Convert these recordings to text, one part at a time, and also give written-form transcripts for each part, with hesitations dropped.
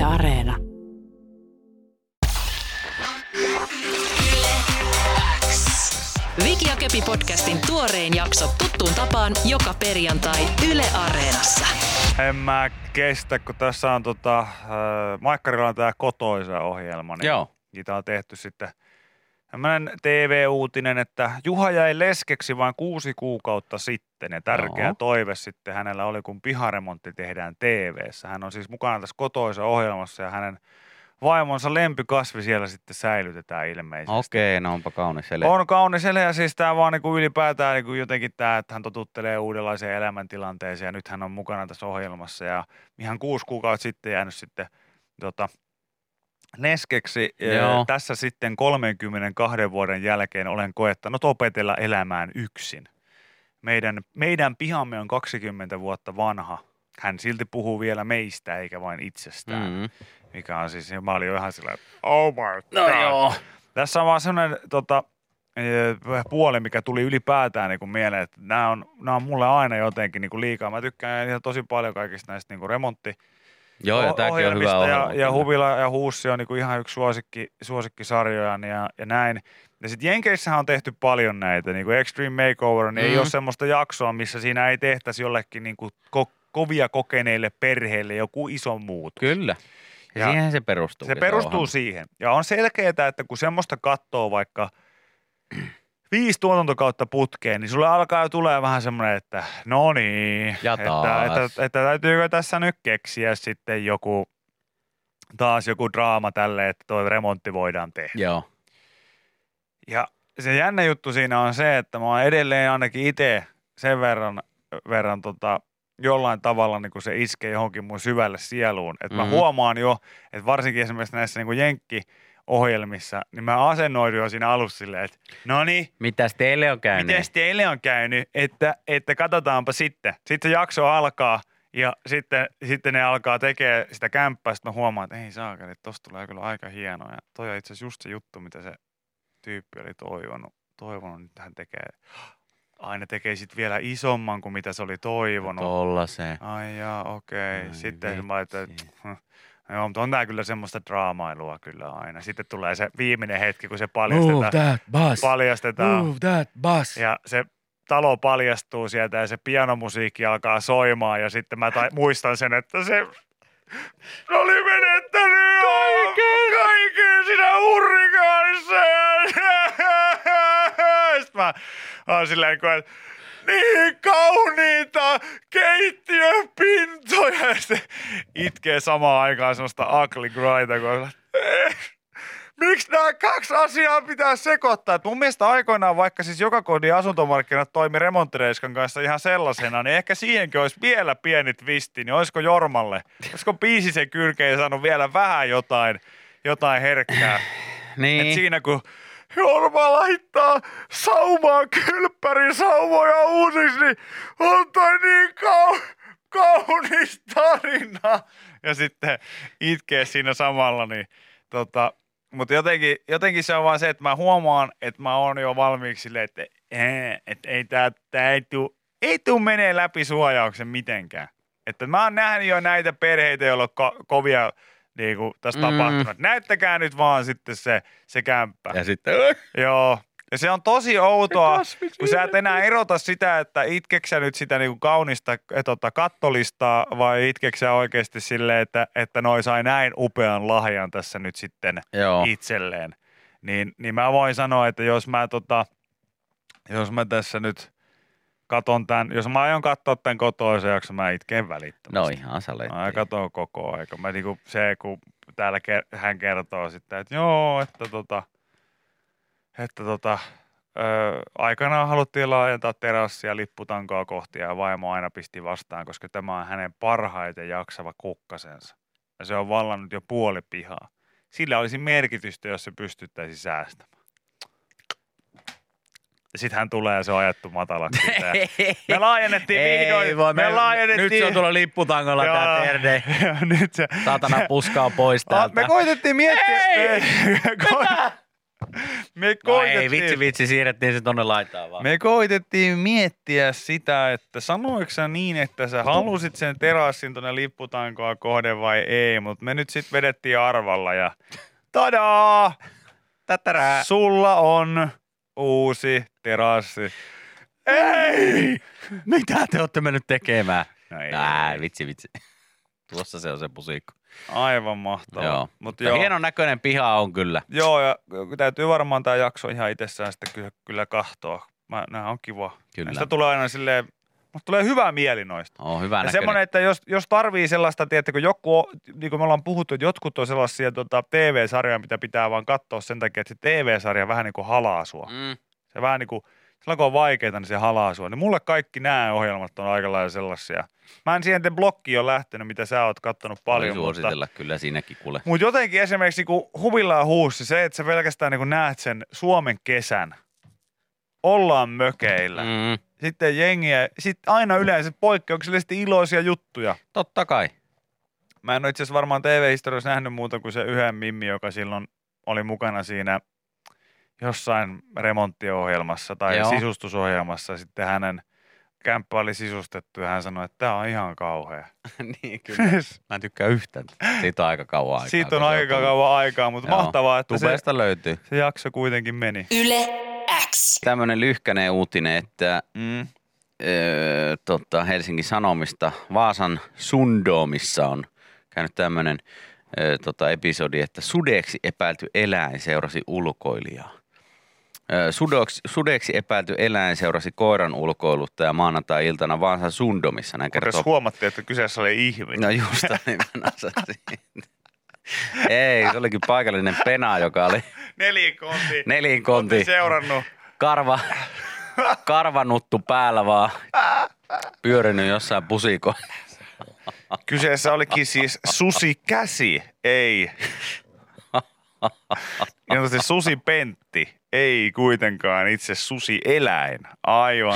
Areena. Viki ja Köpi podcastin tuorein jakso tuttuun tapaan joka perjantai Yle Areenassa. En mä kestä, kun tässä on Maikkarilla on tää kotoisa ohjelma. Niin Joo. Niitä on tehty sitten tämmönen TV-uutinen, että Juha jäi leskeksi vain 6 kuukautta sitten. Ja tärkeä toive sitten hänellä oli, kun piharemontti tehdään TV:ssä. Hän on siis mukana tässä kotoisa ohjelmassa ja hänen vaimonsa lempikasvi siellä sitten säilytetään ilmeisesti. Okei, no onpa kaunis ele. On kaunis ele ja siis tämä vaan niinku ylipäätään niinku jotenkin tämä, että hän totuttelee uudenlaiseen elämäntilanteeseen ja nyt hän on mukana tässä ohjelmassa ja ihan 6 kuukautta sitten jäänyt sitten leskeksi. Tässä sitten 32 vuoden jälkeen olen koettanut opetella elämään yksin. Meidän pihamme on 20 vuotta vanha. Hän silti puhuu vielä meistä eikä vain itsestään. Mm-hmm. Mikä on siis, mä olin jo ihan sillä, että oh my god. No joo. Tässä on vaan semmoinen puoli, mikä tuli ylipäätään niin kuin mieleen, että nämä on mulle aina jotenkin niin kuin liikaa. Mä tykkään ihan tosi paljon kaikista näistä niin kuin remontti. Joo, ja tämäkin on hyvä ohjelma. Ja Huvila ja Huussi on niin kuin ihan yksi suosikkisarjoja ja näin. Ja sitten Jenkeissähän on tehty paljon näitä, niin kuin Extreme Makeover, niin ei ole semmoista jaksoa, missä siinä ei tehtäisi jollekin niin kuin kovia kokeneille perheille joku iso muutos. Kyllä. Ja siihen se perustuu. Se perustuu siihen. Ja on selkeää, että kun semmoista katsoo vaikka 5 tuotantokautta putkeen, niin sulle alkaa tulee vähän semmoinen, että no niin, että täytyykö tässä nyt keksiä sitten joku draama tälle, että toi remontti voidaan tehdä. Joo. Ja se jännä juttu siinä on se, että mä oon edelleen ainakin itse sen verran jollain tavalla niin kuin se iskee johonkin mun syvälle sieluun. Että mä huomaan jo, että varsinkin esimerkiksi näissä niin kuin Jenkki-ohjelmissa, niin mä asennoidun jo siinä alussa silleen, että no niin. Mitäs teille on käynyt? Että katsotaanpa sitten. Sitten se jakso alkaa ja sitten ne alkaa tekemään sitä kämppää. Sitten mä huomaan, että ei saakeli, että tosta tulee kyllä aika hienoa. Ja toi on itse asiassa just se juttu, mitä se tyyppi oli toivonut, että hän tekee. Aina tekee sitten vielä isomman kuin mitä se oli toivonut. Tollasen. Ai jaa, okei. Sitten mä ajattelin, että joo, mutta on tää kyllä semmoista draamailua kyllä aina. Sitten tulee se viimeinen hetki, kun se paljastetaan. Move that bus. Ja se talo paljastuu sieltä ja se pianomusiikki alkaa soimaan ja sitten mä muistan sen, että se oli menettänyt kaiken siinä hurrikaanissa. Sitten mä oon silleen, että niin kauniita keittiöpintoja. Ja sitten itkee samaan aikaan semmoista ugly cryta, kun miksi nämä 2 asiaa pitää sekoittaa? Et mun mielestä aikoinaan, vaikka siis joka kodin asuntomarkkinat toimi remonttireiskan kanssa ihan sellaisena, niin ehkä siihenkin olisi vielä pieni twisti, niin olisiko Jormalle, olisiko Piisisen kylkeen saanut vielä vähän jotain herkkää? Niin. Et siinä kun Jorma laittaa saumaan kylppärin saumoja uusiksi, niin on toi niin kaunis tarina. Ja sitten itkee siinä samalla, niin mutta jotenkin se on vaan se, että mä huomaan, että mä oon jo valmiiksi silleen, että ei tuu menee läpi suojauksen mitenkään. Että mä oon nähnyt jo näitä perheitä, joilla on kovia niin kuin tässä tapahtunut. Näyttäkää nyt vaan sitten se kämppä. Ja sitten joo. Ja se on tosi outoa, kun sä et enää erota sitä, että itkeksä nyt sitä niin kuin kaunista kattolistaa vai itkeksä oikeasti silleen, että noi sai näin upean lahjan tässä nyt sitten itselleen. Niin mä voin sanoa, että jos mä tässä nyt katon jos mä aion katsoa tämän kotoisen jakson, mä itken välittömästi. No ihan saletti. Mä katon koko aika. Mä niinku se, kun täällä hän kertoo sitten, että joo, että aikanaan haluttiin laajentaa terassia lipputankoa kohti ja vaimo aina pisti vastaan, koska tämä on hänen parhaiten jaksava kukkasensa. Ja se on vallannut jo puoli pihaa. Sillä olisi merkitystä, jos se pystyttäisiin säästämään. Sitten hän tulee ja se on ajettu matalaksi. Me laajennettiin vihdoin. Nyt se on tuolla lipputangolla tää terde. Nyt se. Saatana puskaa pois täältä. Me koitettiin miettiä. Me No ei, vitsi, siirrettiin se tonne laitaan vaan. Me koitettiin miettiä sitä, että sanoiko sä niin, että sä halusit sen terassin tonne lipputankoa kohden vai ei, mutta me nyt sit vedettiin arvalla ja tadaa! Tättärää. Sulla on uusi terassi. Ei! Mitä te olette mennyt tekemään? No ei. Vitsi. Tuossa se on se pusikko. Aivan mahtavaa. Joo. Mutta joo. Hienon näköinen piha on kyllä. Joo, ja täytyy varmaan tää jakso ihan itsessään sitten kyllä kahtoa. Nää on kiva. Kyllä. Sitä tulee aina silleen, musta tulee hyvä mieli noista. On hyvä Ja näköinen. semmoinen, että jos tarvii sellaista, tiedätkö, niin kuin me ollaan puhuttu, että jotkut on sellaisia TV-sarjoja, mitä pitää vaan katsoa sen takia, että se TV-sarja vähän niin kuin halaa sua. Se vähän niin kuin, silloin kun on vaikeita, niin se halaa sua. Niin mulle kaikki nämä ohjelmat on aika lailla sellaisia. Mä en siihen blokkiin ole lähtenyt, mitä sä oot kattonut paljon. Suositella kyllä siinäkin kuule. Mutta jotenkin esimerkiksi kun Huvilla ja Huussi, se, että sä pelkästään niin näet sen Suomen kesän, ollaan mökeillä. Sitten jengiä, sitten aina yleensä poikkeuksellisesti iloisia juttuja. Totta kai. Mä en ole itse asiassa varmaan TV-historiassa nähnyt muuta kuin se yhden Mimmi, joka silloin oli mukana siinä jossain remonttiohjelmassa tai Joo. sisustusohjelmassa. Sitten hänen kämppä oli sisustettu ja hän sanoi, että tää on ihan kauhea. Niin kyllä. Mä en tykkää yhtään. Siitä on aika kauan aikaa. Siitä on aika kauan aikaa, mutta Joo. mahtavaa, että Tubeesta löytyy. se jakso kuitenkin meni. Yle X. Tämmönen lyhkäinen uutinen, että Helsingin Sanomista Vaasan Sundomissa on käynyt tämmöinen episodi, että sudeksi epäilty eläin seurasi ulkoilijaa. Sudeksi epäilty eläin seurasi koiran ulkoilutta maanantai-iltana Vaasan Sundomissa. Näin kertoo. Kunnes huomattiin, että kyseessä oli ihminen. No just nimenomaan siitä. Ei, se olikin paikallinen pena, joka oli nelinkonti seurannut. Karvanuttu päällä vaan pyörinyt jossain pusikoissa. Kyseessä olikin siis susikäsi, ei. Ilmeisesti susipentti, ei kuitenkaan itse susieläin. Aivan.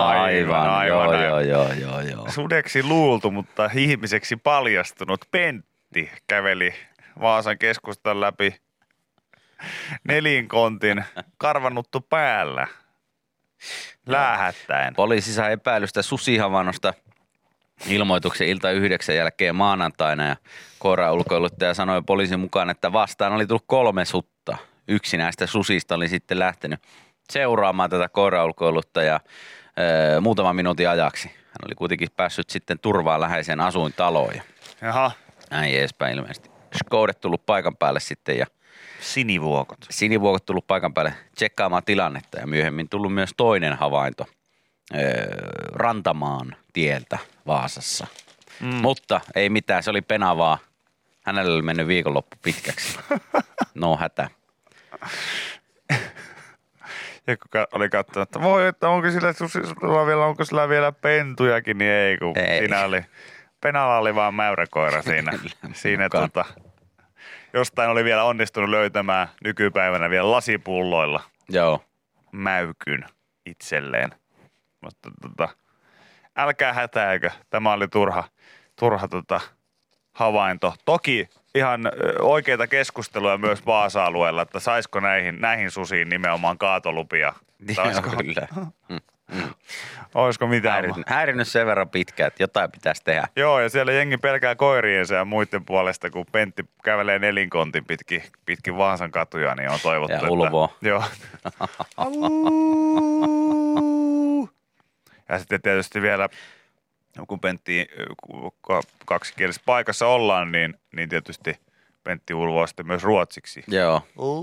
Joo. Sudeksi luultu, mutta ihmiseksi paljastunut pentti käveli Vaasan keskustan läpi nelinkontin karvannuttu päällä läähättäen. Poliisi sai epäilystä susihavainnosta ilmoituksen ilta 9 jälkeen maanantaina ja koiraulkoiluttaja sanoi poliisin mukaan, että vastaan oli tullut 3 sutta. Yksi näistä susista oli sitten lähtenyt seuraamaan tätä koiraulkoiluttajaa muutaman minuutin ajaksi. Hän oli kuitenkin päässyt sitten turvaan läheiseen asuintaloon ja Jaha. näin edespäin ilmeisesti. Skoudet tullut paikan päälle sitten ja Sinivuokot tullut paikan päälle tsekkaamaan tilannetta ja myöhemmin tullut myös toinen havainto Rantamaan tieltä Vaasassa. Mutta ei mitään, se oli penavaa. Hänellä oli mennyt viikonloppu pitkäksi. No hätä. Ja kun oli katsonut, että voi, että onko sillä vielä pentujakin, niin ei, kun Ei. siinä oli, penalla oli vaan mäyräkoira siinä. Siinä jostain oli vielä onnistunut löytämään nykypäivänä vielä lasipulloilla Joo. mäykyn itselleen. Mutta älkää hätääkö, tämä oli turha havainto. Toki ihan oikeita keskusteluja myös Vaasa-alueella, että saisiko näihin susiin nimenomaan kaatolupia. Kyllä. Olisiko mitään? Häirinnyt sen verran pitkään, että jotain pitäisi tehdä. Joo, ja siellä jengi pelkää koiriensa ja muiden puolesta, kun Pentti kävelee nelinkontin pitkin Vaasan katuja, niin on toivottu, Ja ulvoo. Joo. Ja sitten tietysti vielä, kun Pentti kaksikielisessä paikassa ollaan, niin tietysti Pentti ulvoo sitten myös ruotsiksi. Joo.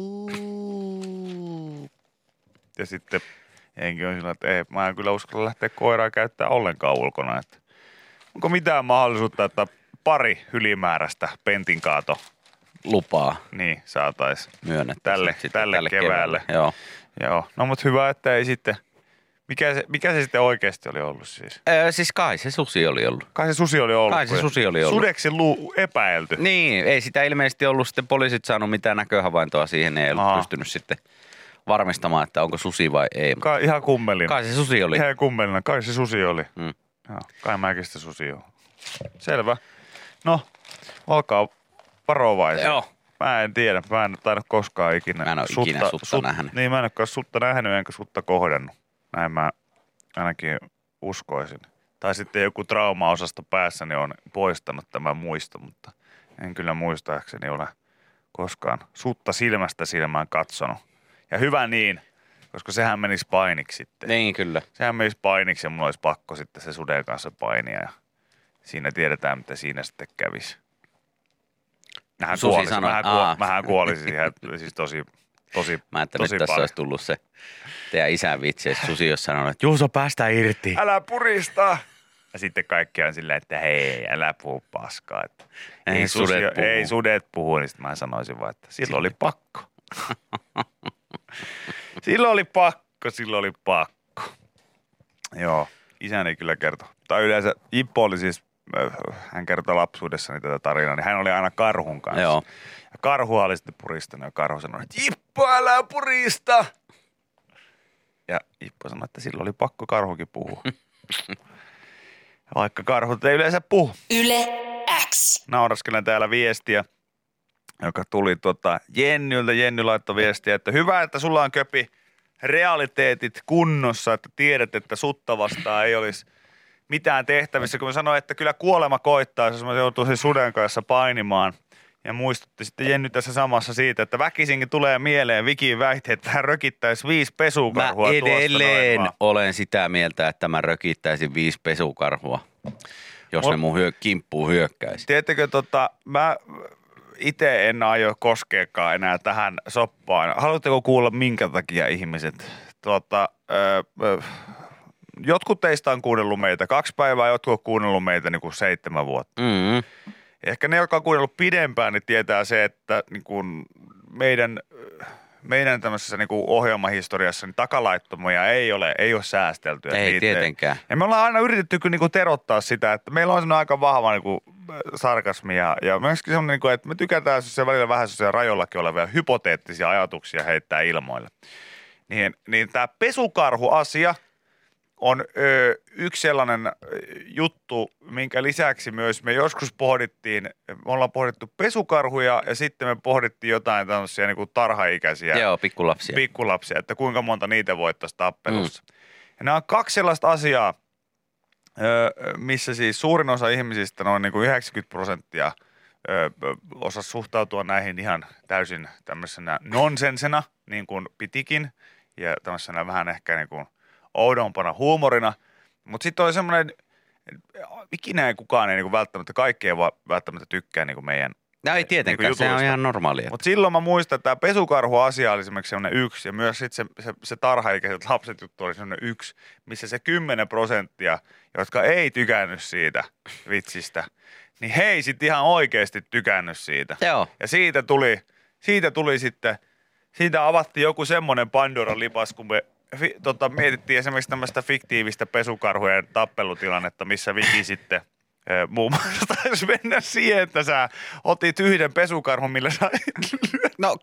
Ja sitten henki on sillä, että ei, mä en kyllä uskalla lähteä koiraa käyttää ollenkaan ulkona. Että onko mitään mahdollisuutta, että pari ylimääräistä Pentin kaato Lupaa niin saataisiin myönnettäisiin tälle keväälle. Joo. Joo, no mutta hyvä, että ei sitten, mikä se sitten oikeasti oli ollut siis? Siis kai se susi oli ollut. Kai se susi oli ollut. Sudeksi epäilty. Niin, ei sitä ilmeisesti ollut sitten poliisit saanut mitään näköhavaintoa siihen, ei ollut pystynyt sitten varmistamaan, että onko susi vai ei. Ihan kummelina. Kai se susi oli. Ihan kummelina, kai se susi oli. Mm. Joo, kai mäkin sitä susi on. Selvä. No, olkaa varovaisia. Joo, Mä en tiedä. Mä en tainnut koskaan ikinä. Mä en ole ikinä sutta nähnyt. Niin, mä en ole sutta nähnyt enkä sutta kohdannut. Näin mä ainakin uskoisin. Tai sitten joku traumaosasto päässäni on poistanut tämän muisto, mutta en kyllä muistaakseni ole koskaan sutta silmästä silmään katsonut. Ja hyvä niin, koska sehän menisi painiksi sitten. Niin, kyllä. Sehän menisi painiksi ja mulla olisi pakko sitten se suden kanssa painia ja siinä tiedetään, mitä siinä sitten kävisi. Mähän kuolisin siihen, siis tosi Mä ajattelin, tosi että tässä paljon. olisi tullut se teidän isän vitsi, ja Susi olisi sanonut, että Juuso, päästä irti. Älä purista! Ja sitten kaikki on silleen, että hei, älä puhu paskaa. Että ei sudet puhu, niin sitten mä sanoisin vaan, että silloin oli pakko. Silloin oli pakko. Joo, isäni kyllä kertoi. Tai yleensä Ippo oli siis, hän kertoi lapsuudessani tätä tarinaa, niin hän oli aina karhun kanssa. Joo. Ja karhua oli sitten puristanut ja karhu sanoi, että Ippo, älä purista! Ja Ippo sanoi, että silloin oli pakko karhukin puhua. Vaikka karhut ei yleensä puhu. Yle X. Nauraskelen täällä viestiä, joka tuli Jennyltä. Jenny laittoi viestiä, että hyvä, että sulla on köpi realiteetit kunnossa, että tiedät, että sutta vastaan ei olisi mitään tehtävissä. Kun mä sanoin, että kyllä kuolema koittaa, jos mä joutuisin suden kanssa painimaan. Ja muistutti sitten Jenny tässä samassa siitä, että väkisinkin tulee mieleen Vikin väite, että hän rökittäisi 5 pesukarhua Mä tuosta edelleen noin vaan. olen sitä mieltä, että mä rökittäisin 5 pesukarhua, jos ne mun kimppuun hyökkäisi. Tiedättekö, mä itse en aio koskeakaan enää tähän soppaan. Haluatteko kuulla, minkä takia ihmiset? Jotkut teistä on kuunnellut meitä 2 päivää, jotkut on kuunnellut meitä niin kuin 7 vuotta. Mm-hmm. Ehkä ne, jotka on kuunnellut pidempään, niin tietää se, että niin kuin meidän tämmöisessä niin kuin ohjelmahistoriassa niin takalaittomoja ei ole säästelty. Ei tietenkään. Ja me ollaan aina yritetty kyllä niin kuin terottaa sitä, että meillä on semmoinen aika vahva niin kuin sarkasmia ja myöskin semmoinen, niin kuin, että me tykätään se välillä vähän sellaisia rajoillakin olevia hypoteettisia ajatuksia heittää ilmoille. Niin tämä pesukarhu-asia on yksi sellainen juttu, minkä lisäksi myös me joskus me ollaan pohdittu pesukarhuja ja sitten me pohdittiin jotain tämmöisiä niin kuin tarhaikäisiä. Joo, pikkulapsia. Että kuinka monta niitä voittaisi tappelussa. Ja nämä on 2 sellaista asiaa, missä siis suurin osa ihmisistä, noin niin kuin 90%, osasi suhtautua näihin ihan täysin tämmöisenä nonsensena, niin kuin pitikin, ja tämmöisenä vähän ehkä niin kuin oudompana huumorina, mutta sitten oli semmoinen, ikinä ei kukaan ei niinku välttämättä, kaikki ei välttämättä tykkää niinku meidän ei tietenkään, niinku se on ihan normaalia. Mutta silloin mä muistan, että tämä pesukarhu-asia oli esimerkiksi semmoinen 1, ja myös sitten se tarhaikäiset lapset juttu oli semmoinen 1, missä se 10%, jotka ei tykännyt siitä vitsistä, niin he ei sitten ihan oikeasti tykännyt siitä. Joo. Ja siitä tuli sitten, siitä avattiin joku semmoinen Pandoran lipas, kun me mietittiin esimerkiksi tämmöistä fiktiivistä pesukarhujen tappelutilannetta, missä Viki sitten muun muassa taisi mennä siihen, että sä otit 1 pesukarhun, millä sä No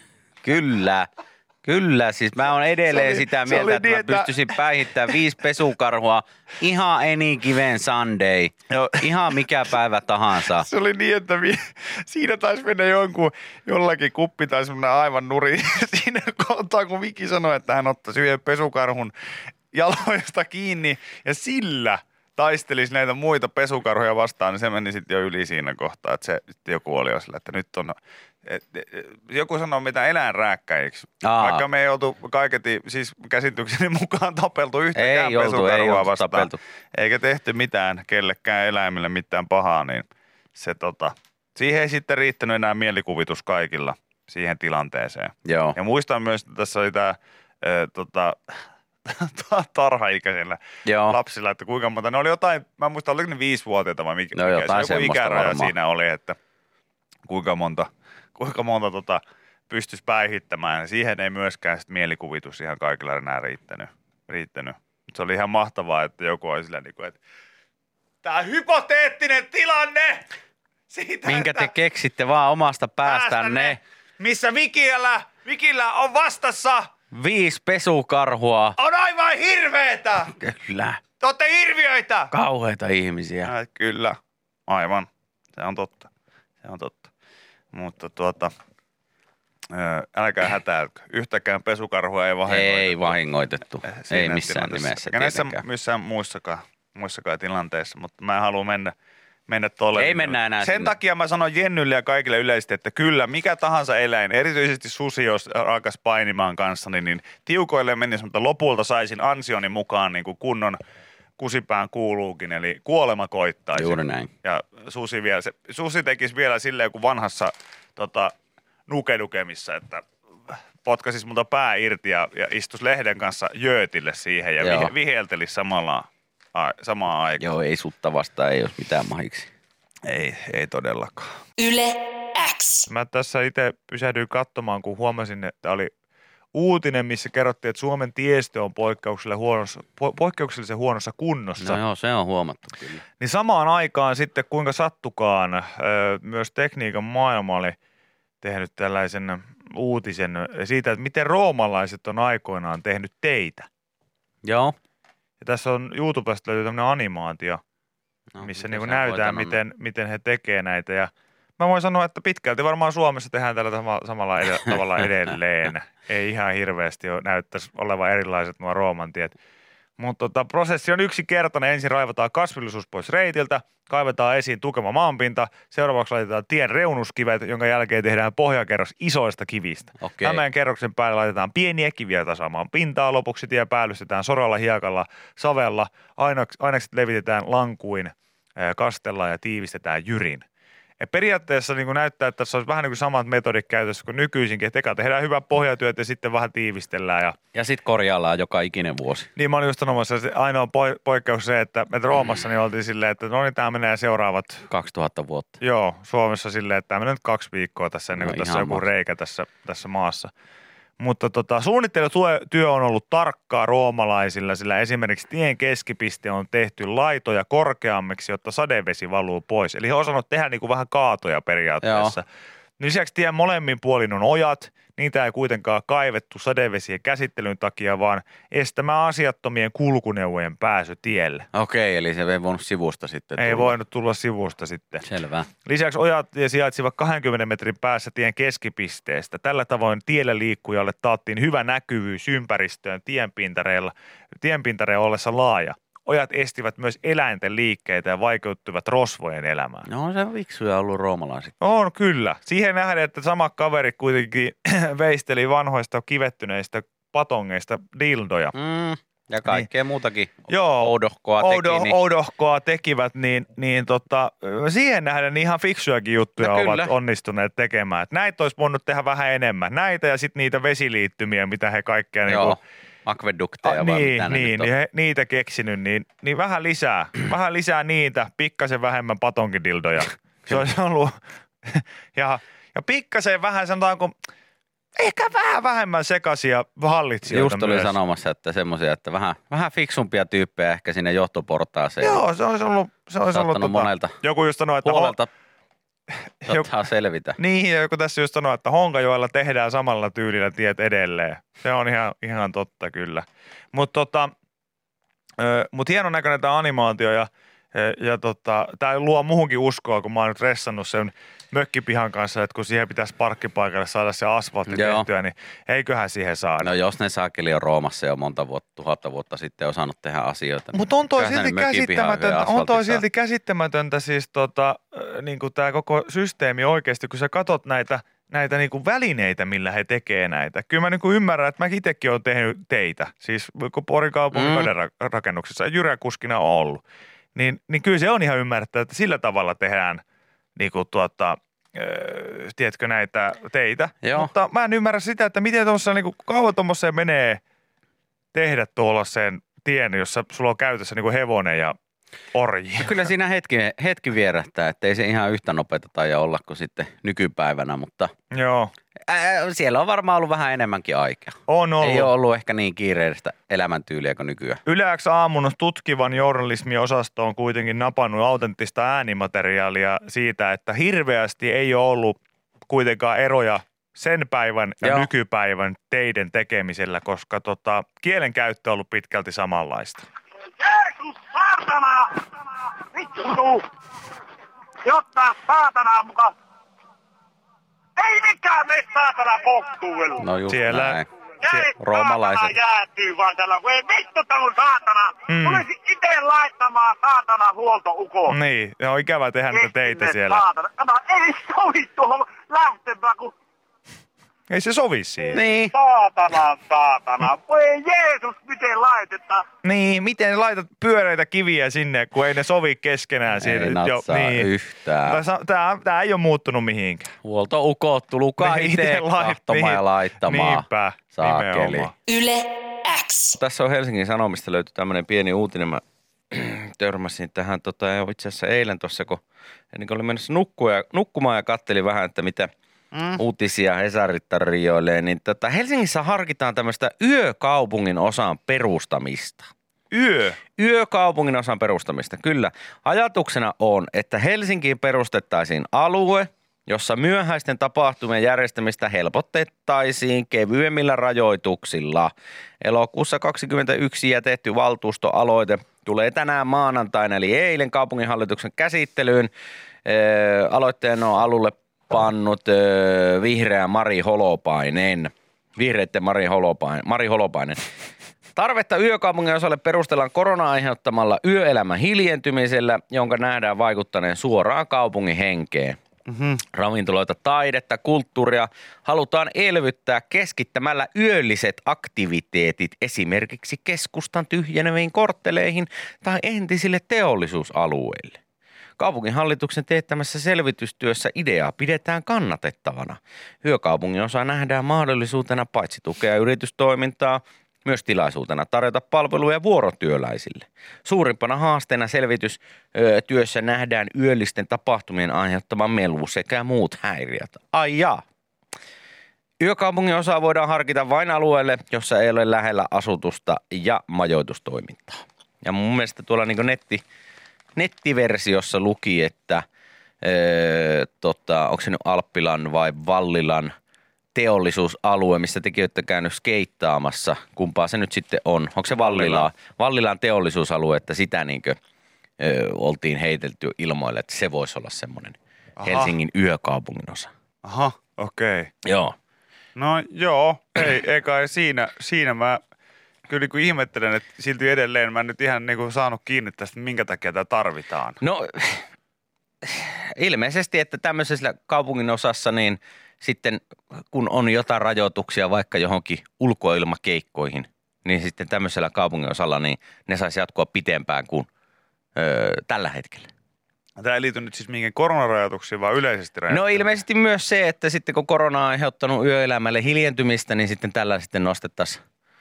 kyllä, siis mä oon edelleen sitä mieltä, että niin, mä pystyisin päihittämään 5 pesukarhua ihan any given Sunday, Joo. ihan mikä päivä tahansa. Se oli niin, että siinä taisi mennä jollakin kuppi tai semmoinen aivan nuri siinä kohtaa, kun Viki sanoi, että hän ottaisi 1 pesukarhun jaloista kiinni ja sillä taistelisi näitä muita pesukarhuja vastaan, niin se meni sitten jo yli siinä kohtaa, että se sitten joku oli jo sillä, että nyt on, joku sanoo mitä eläinrääkkäjiksi, vaikka me ei oltu kaiketi, siis käsitykseni mukaan tapeltu yhtäkään pesukarhua vastaan, tapeltu. Eikä tehty mitään kellekään eläimille mitään pahaa, niin se siihen ei sitten riittänyt enää mielikuvitus kaikilla siihen tilanteeseen. Joo. Ja muistan myös, että tässä oli tämä tarhaikäisellä lapsilla, että kuinka monta, ne oli jotain, mä muistan, oliko ne 5-vuotiaita vai mikä, no jotain se joku ikäraja varmaan siinä oli, että kuinka monta pystyisi päihittämään. Ja siihen ei myöskään sit mielikuvitus ihan kaikilla enää riittänyt. Se oli ihan mahtavaa, että joku oli sillä niin kuin, että tämä hypoteettinen tilanne siitä, minkä te keksitte vaan omasta päästänne. Missä Vikillä on vastassa 5 pesukarhua. on aivan hirveetä. Kyllä. Te ootte hirviöitä. Kauheita ihmisiä. Kyllä, aivan. Se on totta. Mutta älkää hätäilkö. Yhtäkään pesukarhua ei vahingoitettu. Ei vahingoitettu. Ei missään nimessä tietenkään. Missään muissakaan tilanteissa, mutta mä en halua mennä tolle. Ei mennä enää Sen sinne. takia mä sanon Jennylle ja kaikille yleisesti, että kyllä, mikä tahansa eläin, erityisesti susi, jos alkaisi painimaan kanssani, niin tiukoille menisi, mutta lopulta saisin ansioni mukaan niin kuin kunnon kusipään kuuluukin, eli kuolema koittaisi. Juuri näin. Ja susi tekisi vielä silleen kuin vanhassa nukedukemissa, että potkaisi multa pää irti ja istuisi lehden kanssa jöötille siihen ja viheltelisi samaan aikaan. Joo, ei sutta vastaan, ei olisi mitään mahiksi. Ei todellakaan. Yle X. Mä tässä itse pysähdyin katsomaan, kun huomasin, että oli uutinen, missä kerrottiin, että Suomen tiestö on poikkeuksellisen huonossa kunnossa. No joo, se on huomattu kyllä. Niin samaan aikaan sitten, kuinka sattukaan, myös tekniikan maailma oli tehnyt tällaisen uutisen siitä, että miten roomalaiset on aikoinaan tehnyt teitä. Joo. Ja tässä on YouTubesta löytyy tämmöinen animaatio, missä niin näytetään, miten he tekee näitä. Ja mä voin sanoa, että pitkälti varmaan Suomessa tehdään tällä samalla tavalla edelleen. Ei ihan hirveästi näyttäisi olevan erilaiset nuo Rooman tiet. Mutta prosessi on yksinkertainen. Ensin raivataan kasvillisuus pois reitiltä, kaivetaan esiin tukema maanpinta, seuraavaksi laitetaan tien reunuskivet, jonka jälkeen tehdään pohjakerros isoista kivistä. Okei. Tämän kerroksen päälle laitetaan pieniä kiviä tasaamaan pintaa, lopuksi tie päällystetään soralla, hiekalla, savella, ainekset levitetään lankuin, kastellaan ja tiivistetään jyrin. Ja periaatteessa niin kuin näyttää, että tässä olisi vähän niin kuin samat metodit käytössä kuin nykyisinkin, että eka tehdään hyvä pohjatyöt ja sitten vähän tiivistellään. Ja sitten korjaillaan joka ikinen vuosi. Niin mä olin just sanomassa, että ainoa poikkeus se, että me Roomassa niin oltiin silleen, että no niin tämä menee seuraavat 2000 vuotta. Joo, Suomessa silleen, että tämä menee nyt 2 viikkoa tässä ennen kuin tässä on joku reikä tässä maassa. Mutta suunnittelutyö on ollut tarkkaa roomalaisilla, sillä esimerkiksi tien keskipiste on tehty laitoja korkeammiksi, jotta sadevesi valuu pois. Eli he on osannut tehdä niin kuin vähän kaatoja periaatteessa. Joo. Lisäksi tien molemmin puolin on ojat. Niitä ei kuitenkaan kaivettu sadevesien käsittelyn takia, vaan estämään asiattomien kulkuneuvojen pääsy tielle. Okei, eli se ei voinut sivusta sitten tulla. Ei voinut tulla sivusta sitten. Selvä. Lisäksi ojat sijaitsivat 20 metrin päässä tien keskipisteestä. Tällä tavoin tiellä liikkujalle taattiin hyvä näkyvyys ympäristöön tienpintareen ollessa laaja. Ojat estivät myös eläinten liikkeitä ja vaikeuttivat rosvojen elämään. No se on viksuja ollut roomalaiset. On kyllä. Siihen nähden, että sama kaveri kuitenkin veisteli vanhoista kivettyneistä patongeista dildoja. Ja kaikkea muutakin Joo, oudohkoa tekivät, niin siihen nähden niin ihan fiksujakin juttuja ovat onnistuneet tekemään. Et näitä olisi voinut tehdä vähän enemmän. Näitä ja sitten niitä vesiliittymiä, mitä he kaikkea akvedukteja vai mitä ne nyt on. Niitä keksinyt, niin vähän lisää niitä, pikkasen vähemmän patonkidildoja. Se olisi ollut, ja pikkasen vähän sanotaanko, ehkä vähän vähemmän sekaisia hallitsijoita just oli sanomassa, että semmoisia, että vähän fiksumpia tyyppejä ehkä sinne johtoportaaseen. Joo, se olisi ollut monelta joku just sanoi, että puolelta saattaa selvitä. Niin, ja joku tässä just sanoi, että Honkajoella tehdään samalla tyylillä tiet edelleen. Se on ihan totta kyllä. Mutta hienon näköinen tämä animaatio ja tämä luo muuhunkin uskoa, kun mä oon nyt ressannut sen mökkipihan kanssa, että kun siihen pitäisi parkkipaikalle saada se asfaltti tehtyä, niin eiköhän siihen saada. No jos ne saakeli on Roomassa jo monta vuotta, 1000 vuotta sitten osannut tehdä asioita. Mutta on toi silti käsittämätöntä siis niin kuin tämä koko systeemi oikeasti, kun sä katot näitä niin kuin välineitä, millä he tekee näitä. Kyllä mä niin kuin ymmärrän, että mä itsekin olen tehnyt teitä, siis kun Porin kaupungin rakennuksessa jyräkuskina on ollut. Niin kyllä se on ihan ymmärrettävä, että sillä tavalla tehdään niin kuin tiedätkö näitä teitä. Joo. Mutta mä en ymmärrä sitä, että miten tuossa niin kauan tuommoiseen menee tehdä tuollaiseen tien, jossa sulla on käytössä niin kuin hevonen ja orji. Kyllä siinä hetki vierähtää, ettei se ihan yhtä nopeata taida olla kuin sitten nykypäivänä, mutta joo. Siellä on varmaan ollut vähän enemmänkin aikaa. On ollut. Ei ole ollut ehkä niin kiireellistä elämäntyyliä kuin nykyään. Yle X aamun tutkivan journalismiosasto on kuitenkin napannut autenttista äänimateriaalia siitä, että hirveästi ei ole ollut kuitenkaan eroja sen päivän ja nykypäivän teiden tekemisellä, koska kielenkäyttö on ollut pitkälti samanlaista. Jeesus, saatana! Vittu! Jotta saatana mukaan! ole saatana kohtuudella. No just Siellä- näin. Jäi roomalaiset. saatana jäätyy vaan tällä. Voi vittu täällä saatana. Tulisi ite laittamaan saatana huoltoukoon. Niin, on ikävä tehdä niitä teitä Ihme siellä. Saatana. Kato, ei sovi tuohon lähtemään, kun Ei se sovi siihen. Niin. saatana. Voi Jeesus, miten laitetaan. Niin, miten laitat pyöreitä kiviä sinne, kun ei ne sovi keskenään siinä. Ei natsaa yhtään. Tää ei ole muuttunut mihinkään. Huoltoukot, tulukaa Niin, itse lait- kahtomaan ja laittamaan. Niinpä, Saakeli. nimenomaan. Yle X. Tässä on Helsingin Sanomista löytyy tämmöinen pieni uutinen. Mä törmäsin tähän itse asiassa eilen tuossa, kun ennen kuin olin menossa nukkumaan ja kattelin vähän, että mitä uutisia Hesarit tarjoilee, niin Helsingissä harkitaan tämmöistä yökaupungin osan perustamista. Yökaupungin osan perustamista, kyllä. Ajatuksena on, että Helsinkiin perustettaisiin alue, jossa myöhäisten tapahtumien järjestämistä helpotettaisiin kevyemmillä rajoituksilla. Elokuussa 2021 jätetty valtuustoaloite tulee tänään maanantaina, eli eilen kaupunginhallituksen käsittelyyn. Aloitteen on alulle pannut vihreä Mari Holopainen. Vihreitten Mari Holopainen. Tarvetta yökaupungin osalle perustellaan korona-aiheuttamalla yöelämän hiljentymisellä, jonka nähdään vaikuttaneen suoraan kaupungin henkeen. Ravintoloita, taidetta, kulttuuria halutaan elvyttää keskittämällä yölliset aktiviteetit esimerkiksi keskustan tyhjeneviin kortteleihin tai entisille teollisuusalueille. Kaupunginhallituksen teettämässä selvitystyössä ideaa pidetään kannatettavana. Yökaupungin osa nähdään mahdollisuutena paitsi tukea yritystoimintaa, myös tilaisuutena tarjota palveluja vuorotyöläisille. Suurimpana haasteena selvitystyössä nähdään yöllisten tapahtumien aiheuttama melu sekä muut häiriöt. Ai jaa. Yökaupungin osaa voidaan harkita vain alueelle, jossa ei ole lähellä asutusta ja majoitustoimintaa. Ja mun mielestä tuolla niin nettiversiossa luki, että onko se nyt Alppilan vai Vallilan teollisuusolue, missä tekin olette käynyt skeittaamassa. Kumpaa se nyt sitten on? Onko se Vallilan teollisuusalue, että sitä niinkö oltiin heitelty ilmoille, että se voisi olla semmoinen Helsingin yökaupungin osa. Aha, okei. Okay. Joo. No joo, ei kai siinä mä kyllä kun ihmettelen, että silti edelleen mä en nyt ihan niin kuin saanut kiinni tästä, minkä takia tämä tarvitaan. No ilmeisesti, että tämmöisessä kaupungin osassa niin sitten kun on jotain rajoituksia vaikka johonkin ulkoilmakeikkoihin, niin sitten tämmöisellä kaupungin osalla niin ne saisi jatkua pitempään kuin tällä hetkellä. Tämä ei liity nyt siis mihinkään koronarajoituksiin, vaan yleisesti rajoituksiin. No ilmeisesti myös se, että sitten kun korona on aiheuttanut yöelämälle hiljentymistä, niin sitten tällä sitten nostettaisiin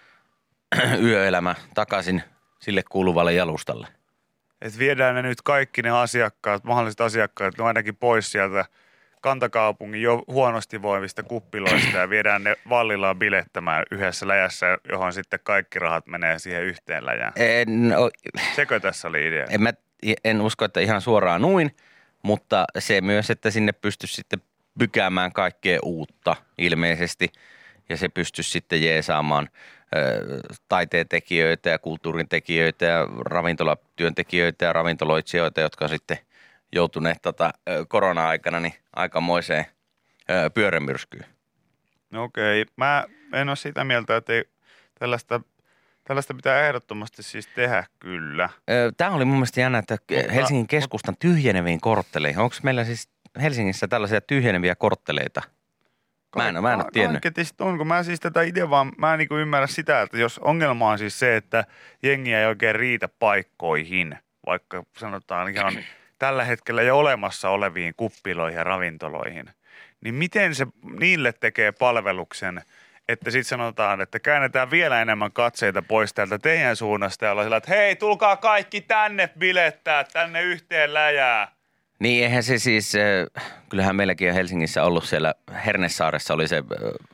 yöelämä takaisin sille kuuluvalle jalustalle. Että viedään ne nyt kaikki ne asiakkaat, mahdolliset asiakkaat, ainakin pois sieltä kantakaupungin jo huonosti voivista kuppiloista ja viedään ne Vallilaan bilettämään yhdessä läjässä, johon sitten kaikki rahat menee siihen yhteen läjään. Sekö tässä oli idea? En usko, että ihan suoraan noin, mutta se myös, että sinne pystyisi sitten pykäämään kaikkea uutta ilmeisesti ja se pystyisi sitten jeesaamaan taiteen tekijöitä ja kulttuurin tekijöitä ja ravintolatyöntekijöitä ja ravintoloitsijoita, jotka on sitten joutuneet korona-aikana niin aikamoiseen pyörämyrskyyn. No okei. Mä en ole sitä mieltä, että ei tällaista pitää ehdottomasti siis tehdä kyllä. Tämä oli mun mielestä jännä, että Helsingin keskustan tyhjeneviin kortteleihin. Onko meillä siis Helsingissä tällaisia tyhjeneviä kortteleita? Mä en ole tiennyt. Onko mä siis tätä itse vaan, mä en niin ymmärrä sitä, että jos ongelma on siis se, että jengiä ei oikein riitä paikkoihin, vaikka sanotaan ihan tällä hetkellä jo olemassa oleviin kuppiloihin ja ravintoloihin, niin miten se niille tekee palveluksen, että sitten sanotaan, että käännetään vielä enemmän katseita pois täältä teidän suunnasta ja ollaan sillä, että hei, tulkaa kaikki tänne bilettää, tänne yhteen läjää. Niin eihän se siis, kyllähän meilläkin on Helsingissä ollut siellä Hernesaaressa oli se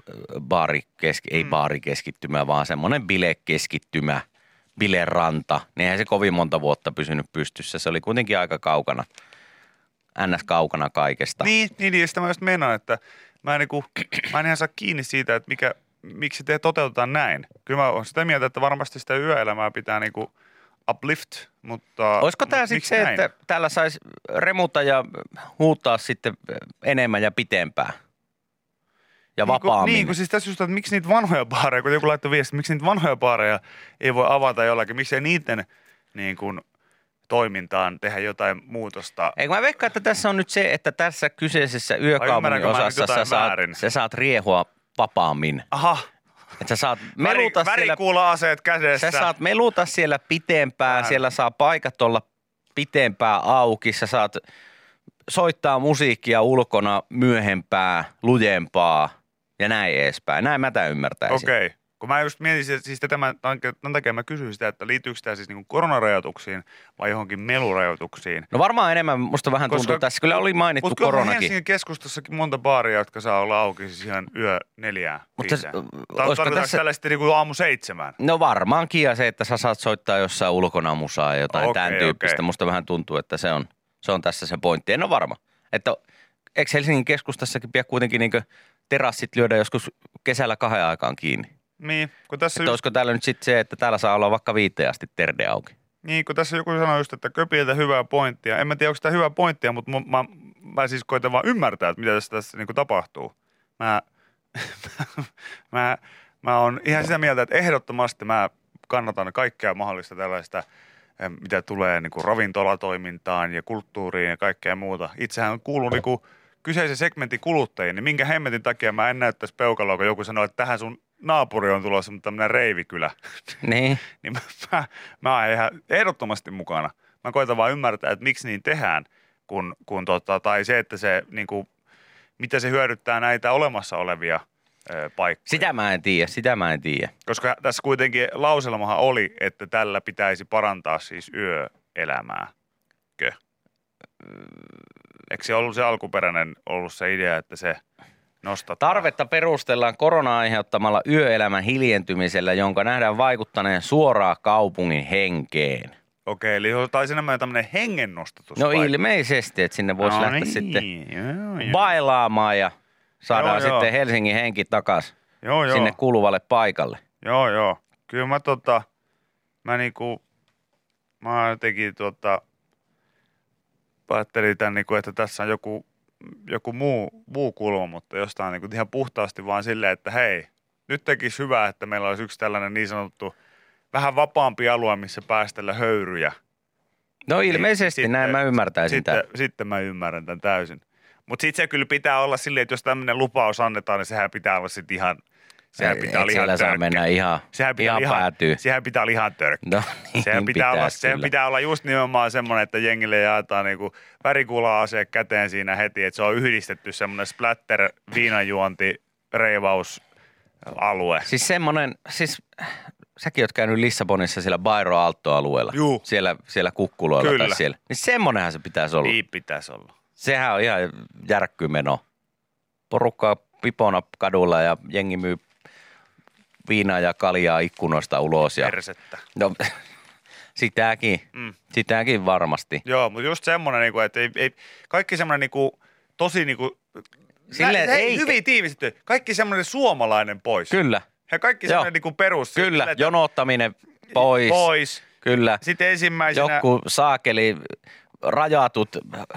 ei baarikeskittymä, vaan semmoinen bilekeskittymä, bileranta. Niin eihän se kovin monta vuotta pysynyt pystyssä, se oli kuitenkin aika kaukana, ns. Kaukana kaikesta. Niin, sitä mä just meinaan, että mä en ihan saa kiinni siitä, että miksi te toteutetaan näin. Kyllä mä oon sitä mieltä, että varmasti sitä yöelämää pitää niinku uplift, mutta olisiko tämä sitten se, näin? että täällä saisi remuta ja huutaa sitten enemmän ja pitempään? ja vapaammin. Niin, kun siis tässä just, että miksi niitä vanhoja baareja, kun joku laittoi viesti, miksi niitä vanhoja baareja ei voi avata jollakin, miksi ei niiden niin kuin toimintaan tehdä jotain muutosta. Eikö mä veikkaan, että tässä on nyt se, että tässä kyseisessä yökaupungin osassa sä saat riehua vapaammin. Aha. Että sä saat meluta värikuula-aseet kädessä. Sä saat meluta siellä pitempään, siellä saa paikat olla pitempään auki, sä saat soittaa musiikkia ulkona myöhempää, lujempaa ja näin edespäin. Näin mä tämän ymmärtäisin. Okei. Kun mä just mietin, siis tämän takia mä kysyin sitä, että liittyykö tämä siis niinku koronarajoituksiin vai johonkin melurajoituksiin. No varmaan enemmän, musta vähän tuntuu, tässä kyllä oli mainittu koronakin. Mutta Helsingin keskustassakin monta baaria, jotka saa olla auki siis ihan yö 4. Mutta tarkoitatko tässä tällaista niinku aamu 7? No varmaankin, ja se, että sä saat soittaa jossain ulkona musaa ja jotain tämän tyyppistä. Musta vähän tuntuu, että se on tässä se pointti. En ole varma. Että eikö Helsingin keskustassakin pidä kuitenkin niinku terassit lyödä joskus kesällä 2 aikaan kiinni? Niin, kun tässä että olisiko täällä nyt sitten se, että täällä saa olla vaikka 5 asti terde auki? Niin, kun tässä joku sanoi just, että Köpiltä hyvää pointtia. En mä tiedä, onko tämä hyvä pointtia, mutta mä siis koitan vaan ymmärtää, että mitä tässä niin kuin tapahtuu. Mä oon ihan sitä mieltä, että ehdottomasti mä kannatan kaikkea mahdollista tällaista, mitä tulee niin kuin ravintolatoimintaan ja kulttuuriin ja kaikkea muuta. Itsehän kuuluu niin kuin kyseisen segmentin kuluttajiin, niin minkä hemmetin takia mä en näyttäisi peukaloa, kun joku sanoo, että tähän sun naapuri on tulossa tämmöinen reivikylä. Niin. Niin mä oon ihan ehdottomasti mukana. Mä koitan vaan ymmärtää, että miksi niin tehdään, tai se, että se niinku, mitä se hyödyttää näitä olemassa olevia paikkoja. Sitä mä en tiedä. Koska tässä kuitenkin lauselmahan oli, että tällä pitäisi parantaa siis yöelämää. Eikö se ollut se alkuperäinen ollut se idea, että se nostattaa? Tarvetta perustellaan korona-aiheuttamalla yöelämän hiljentymisellä, jonka nähdään vaikuttaneen suoraan kaupungin henkeen. Okei, eli taisi enemmän tämmöinen hengennostatus. No ilmeisesti, että sinne voisi lähteä sitten bailaamaan ja saadaan sitten Helsingin henki takaisin sinne kuuluvalle paikalle. Joo. Kyllä mä jotenkin ajattelin tämän, että tässä on joku muu kulma, mutta jostain niin kuin ihan puhtaasti vaan silleen, että hei, nyt tekisi hyvä, että meillä olisi yksi tällainen niin sanottu vähän vapaampi alue, missä päästellä höyryjä. No ilmeisesti, näin mä ymmärtäisin tämän. Sitten mä ymmärrän tämän täysin. Mutta sitten se kyllä pitää olla silleen, että jos tämmöinen lupaus annetaan, niin sehän pitää olla sitten ihan, sehän pitää olla ihan törkkä. Saa mennä ihan päätyy. Sehän pitää olla ihan törkkä. No niin, sehän pitää olla just nimenomaan semmoinen, että jengille jaetaan niinku värikuula-ase käteen siinä heti, että se on yhdistetty semmoinen splatter viinanjuonti reivausalue. Siis semmoinen, säkin oot käynyt Lissabonissa siellä Bairro Alto-alueella. Juu. Siellä kukkuloilla Kyllä. tai siellä. Niin semmonenhan se pitäisi olla. Niin pitäisi olla. Sehän on ihan järkkymeno. Porukkaa pipona kadulla ja jengi myy viinaa ja kaljaa ikkunoista ulos. Persettä. No sitäkin varmasti. Joo, mutta just semmoinen, että ei kaikki semmoinen tosi hyvin tiivistetty. Kaikki semmoinen suomalainen pois. Kyllä. Ja kaikki semmoinen perus. Kyllä, jonottaminen pois. Kyllä. Sitten ensimmäisenä joku saakeli rajatut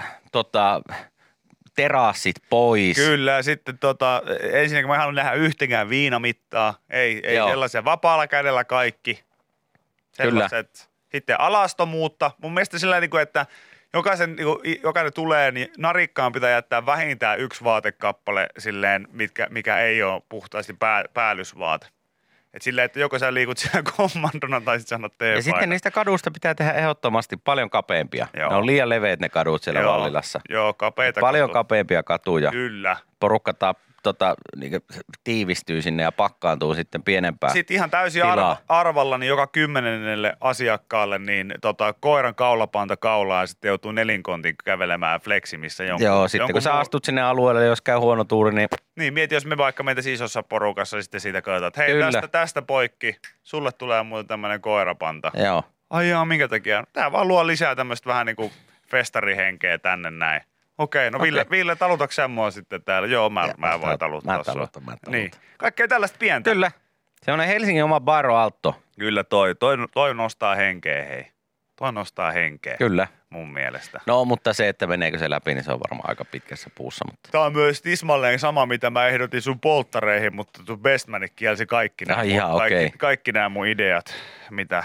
terassit pois. Kyllä, sitten ensinnäkin mä en halua nähdä yhtenkään viinamittaa. Ei sellaisia vapaalla kädellä kaikki. Sellaiset. Kyllä. Sitten alastomuutta. Mun mielestä sillä että jokainen tulee, niin narikkaan pitää jättää vähintään 1 vaatekappale silleen, mikä ei ole puhtaasti päällysvaate. Että silleen, että joko sä liikut siellä kommandona tai sitten sanot ja sitten niistä kadusta pitää tehdä ehdottomasti paljon kapeampia. Joo. Ne on liian leveät ne kadut siellä Vallilassa. Joo, kapeita paljon kapeampia katuja. Kyllä. Porukka tiivistyy sinne ja pakkaantuu sitten pienempään. Sitten ihan täysin arvalla, niin joka 10. asiakkaalle niin koiran kaulapanta kaulaa ja sitten joutuu nelinkontin kävelemään fleximissä jonkun. Joo, sitten kun sä astut sinne alueelle, jos käy huono tuuri, niin... Niin, mieti, jos me vaikka meitä isossa porukassa sitten siitä katsotaan, että hei, tästä poikki, sulle tulee muuten tämmöinen koirapanta. Joo. Ai jaa, minkä takia? Tää vaan luo lisää tämmöistä vähän niin kuin festarihenkeä tänne näin. Okei, no Ville, talutatko sä mua sitten täällä? Joo, mä voin taluttaa sua. Mä niin. Kaikkea tällaista pientä. Kyllä. Se on Helsingin oma Bairro Alto. Kyllä toi nostaa henkeä, hei. Toi nostaa henkeä. Kyllä. mun mielestä. No, mutta se, että meneekö se läpi, niin se on varmaan aika pitkässä puussa. Mutta... Tämä on myös tismalleen sama, mitä mä ehdotin sun polttareihin, mutta tuo Bestmanit kielsi kaikki kaikki nämä mun ideat, mitä